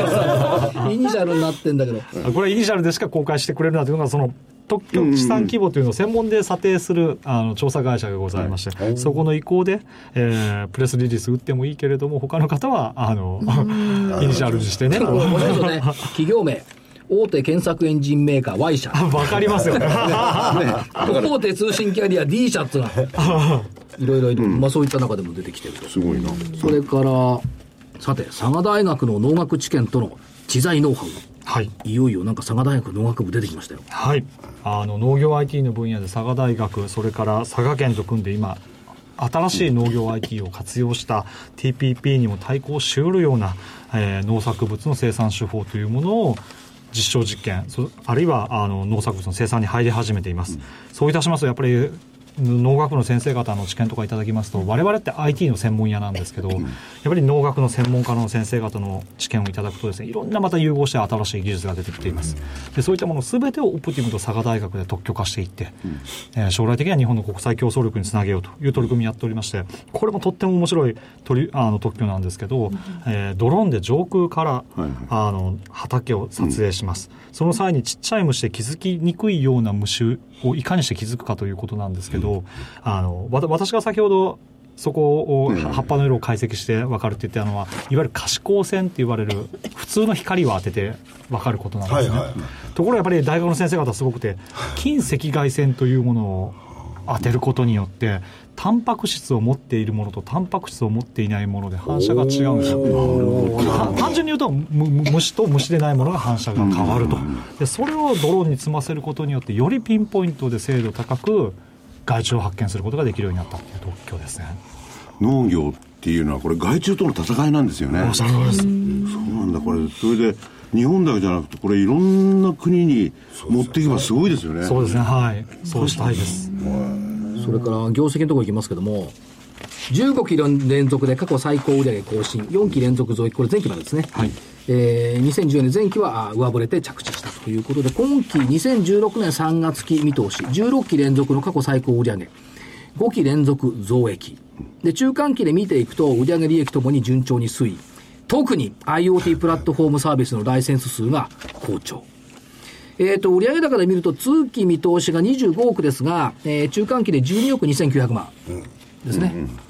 YM さん、イニシャルになってんだけど、 これイニシャルでしか公開してくれるなというのが、その特許資産規模というのを専門で査定する調査会社がございまして、そこの意向で、プレスリリース打ってもいいけれども、他の方はイニシャルにしてね。 企業名、大手検索エンジンメーカー Y 社。 わかりますよね。 大手通信キャリア D 社っていうのはいろいろ、そういった中でも出てきてると。 すごいな。 それからさて、佐賀大学の農学知見との知財ノウハウ、いよいよなんか佐賀大学農学部出てきましたよ。 農業 IT の分野で佐賀大学、それから佐賀県と組んで今新しい農業 IT を活用した TPP にも対抗しうるような、農作物の生産手法というものを実証実験、あるいは農作物の生産に入り始めています。そういたしますと、やっぱり農学の先生方の知見とかいただきますと、我々って IT の専門屋なんですけど、やっぱり農学の専門家の先生方の知見をいただくとですね、いろんなまた融合して新しい技術が出てきています。でそういったもの全てをオプティムと佐賀大学で特許化していって、将来的には日本の国際競争力につなげようという取り組みをやっておりまして、これもとっても面白い特許なんですけど、ドローンで上空から畑を撮影します。その際にちっちゃい虫で気づきにくいような虫をいかにして気づくかということなんですけど、私が先ほどそこを葉っぱの色を解析して分かるって言ってたのは、いわゆる可視光線って言われる普通の光を当てて分かることなんですね。ところがやっぱり大学の先生方すごくて、近赤外線というものを当てることによってタンパク質を持っているものとタンパク質を持っていないもので反射が違うんですよ。単純に言うと虫と虫でないものが反射が変わると。でそれをドローンに積ませることによって、よりピンポイントで精度高く害虫を発見することができるようになったという特許ですね。 農業っていうのはこれ害虫との戦いなんですよね。 そうです。 そうなんだ。これそれで日本だけじゃなくて、これいろんな国に持っていけばすごいですよね。 そうですね。そうしたいです。 それから業績のところいきますけども、15期連続で過去最高売上更新、4期連続増益、これ前期までですね。2014年前期は上振れて着地したということで、今期2016年3月期見通し、16期連続の過去最高売上、5期連続増益で、中間期で見ていくと売上利益ともに順調に推移、特に IoT プラットフォームサービスのライセンス数が好調。売上高で見ると通期見通しが25億ですが、中間期で12億2900万ですね。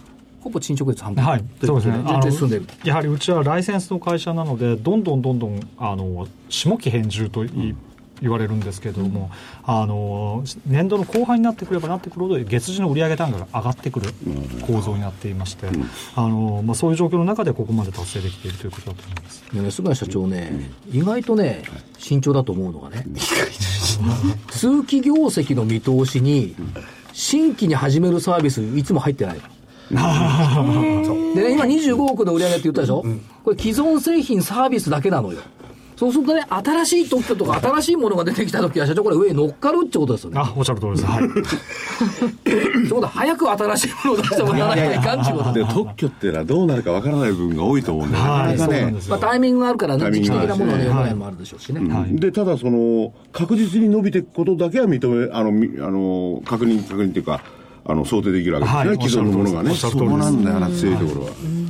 ほぼ進捗率半分、 はい、そうですね。 全然進んでる。 やはりうちはライセンスの会社なので、どんどん下期返従と言われるんですけれども、年度の後半になってくればなってくるほど月次の売上単価が上がってくる構造になっていまして、そういう状況の中でここまで達成できているということだと思います。 菅谷社長ね、意外とね慎重だと思うのがね、通期業績の見通しに新規に始めるサービスいつも入ってないのでね、今25億の売上って言ったでしょ、これ既存製品サービスだけなのよ。そうするとね、新しい特許とか新しいものが出てきたときは、社長これ上に乗っかるってことですよね。 おっしゃる通りです。はい。 ということは、早く新しいものを出してもらわないといかんっていうことで、特許ってのはどうなるかわからない部分が多いと思うんで、なかなかね、 タイミングがあるからね、時期的なものの読まないもあるでしょうしね。 で、ただ確実に伸びていくことだけは確認っていうか、想定できるわけですね、既存のものがね。そこなんだよな、強いところ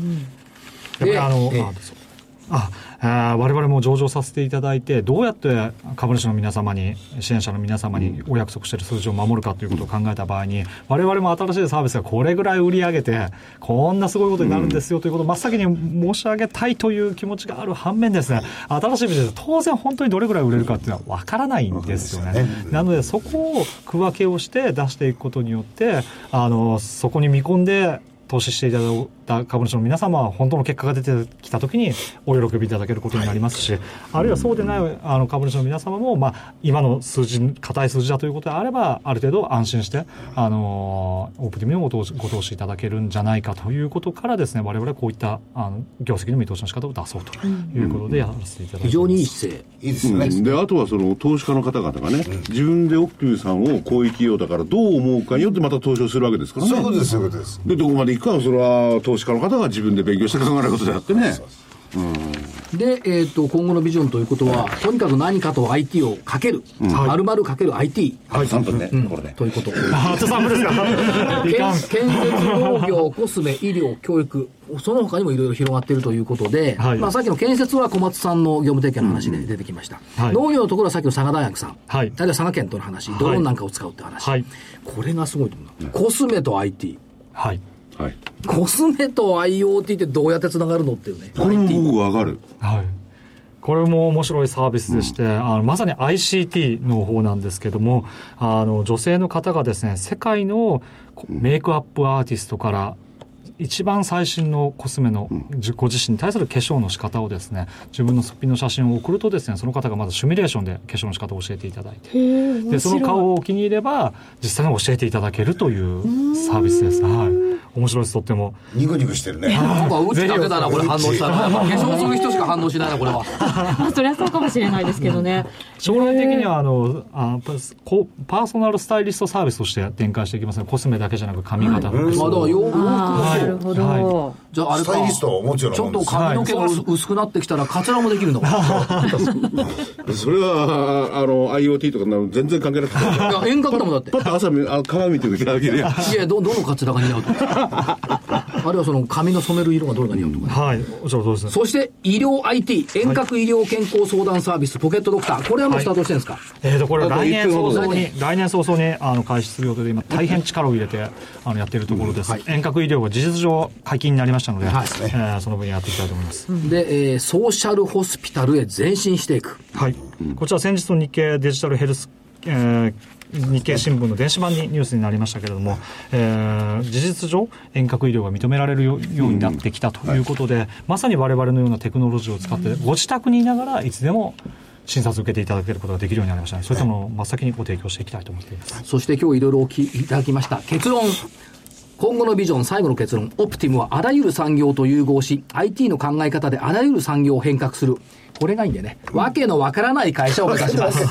は。 我々も上場させていただいて、どうやって株主の皆様に、支援者の皆様にお約束している数字を守るかということを考えた場合に、我々も新しいサービスがこれぐらい売り上げて、こんなすごいことになるんですよということを真っ先に申し上げたいという気持ちがある反面ですね、新しいビジネス、当然本当にどれぐらい売れるかっていうのは分からないんですよね。なので、そこを区分けをして出していくことによって、そこに見込んで、投資していただいた株主の皆様は本当の結果が出てきたときにお喜びいただけることになりますし、あるいはそうでない株主の皆様も、今の数字、固い数字だということであれば、ある程度安心して、オープティムにご投資いただけるんじゃないかということからですね、我々はこういった業績の見通しの仕方を出そうということでやらせていただいています。 非常にいい姿勢。 いいですね。 で、あとは投資家の方々がね、自分でオプティムさんをこういう企業だからどう思うかによってまた投資をするわけですからね。 そういうことです、そういうことです。 で、どこまで行くかは、それは投資家の方が自分で勉強して考えることであってね。 で、今後のビジョンということは、とにかく何かと IT をかける、丸々かける IT。 はい、3分ね、これで。 ということ。 あと3分ですか。 建設、農業、コスメ、医療、教育、その他にもいろいろ広がっているということで、さっきの建設は小松さんの業務提携の話で出てきました。農業のところはさっきの佐賀大学さん、あるいは佐賀県との話、ドローンなんかを使うって話。これがすごいと思う。コスメと IT。 はい。 コスメと IoT ってどうやってつながるのっていうね。 これも僕わかる。 これも面白いサービスでして、まさに ICT の方なんですけども、女性の方がですね、世界のメイクアップアーティストから一番最新のコスメのご自身に対する化粧の仕方をですね、自分のすっぴんの写真を送るとですね、その方がまずシミュレーションで化粧の仕方を教えていただいて、でその顔をお気に入れば実際に教えていただけるというサービスです。面白いです。とってもニコニコしてるね。 うちだけだな、これ反応したら。化粧する人しか反応しないな、これは。 それはそうかもしれないですけどね。 将来的にはパーソナルスタイリストサービスとして展開していきますね。コスメだけじゃなく髪型、服装。 なるほど。 じゃああれか、 スタイリストはもちろんちょっと髪の毛が薄くなってきたらカツラもできるのか。 それはIoT とか全然関係なくて。 いや、遠隔だもんだって。 パッと朝鏡見てるだけで。いや、 どのカツラが似合うとか。あるいはその髪の染める色がどれが似合うとか。そして医療 IT 遠隔医療健康相談サービスポケットドクター、これはもうスタートしてるんですか。 これは来年早々に開始する予定で、今大変力を入れてやっているところです。遠隔医療が事実上解禁になりましたので、その分やっていきたいと思います。 で、ソーシャルホスピタルへ前進していく。 こちら先日の日経デジタルヘルス、日経新聞の電子版にニュースになりましたけれども、事実上遠隔医療が認められるようになってきたということで、まさに我々のようなテクノロジーを使ってご自宅にいながらいつでも診察を受けていただけることができるようになりましたね。そういったものを真っ先にご提供していきたいと思っています。 そして今日いろいろお聞きいただきました結論、今後のビジョン最後の結論、オプティムはあらゆる産業と融合し IT の考え方であらゆる産業を変革する。これがいいんでね、わけのわからない会社を目指します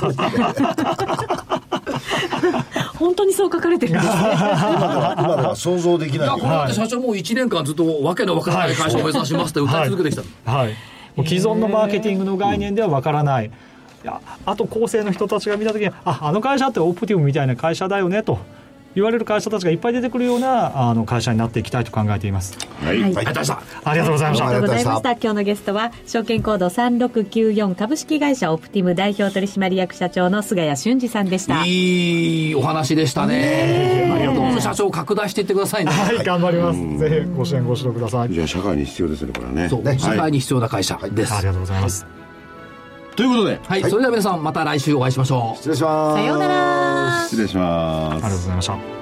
本当にそう書かれてるんですね。今では想像できない。 これだって社長もう1年間ずっとわけのわからない会社を目指しますって歌い続けてきた。 既存のマーケティングの概念ではわからない。あと後世の人たちが見たときに、あの会社ってオプティムみたいな会社だよねと言われる会社たちがいっぱい出てくるような会社になっていきたいと考えています。 はい、 ありがとうございました。 ありがとうございました。 ありがとうございました。今日のゲストは証券コード3694株式会社オプティム代表取締役社長の菅谷俊二さんでした。 いいお話でしたね。ありがとうございます。社長拡大していってくださいね。 はい、頑張ります。ぜひご支援ご指導ください。 じゃあ社会に必要ですね、これはね。 そうね、社会に必要な会社です。 ありがとうございます。 ということで、 はい、それでは皆さんまた来週お会いしましょう。 失礼します。 さようなら。 失礼します。 ありがとうございました。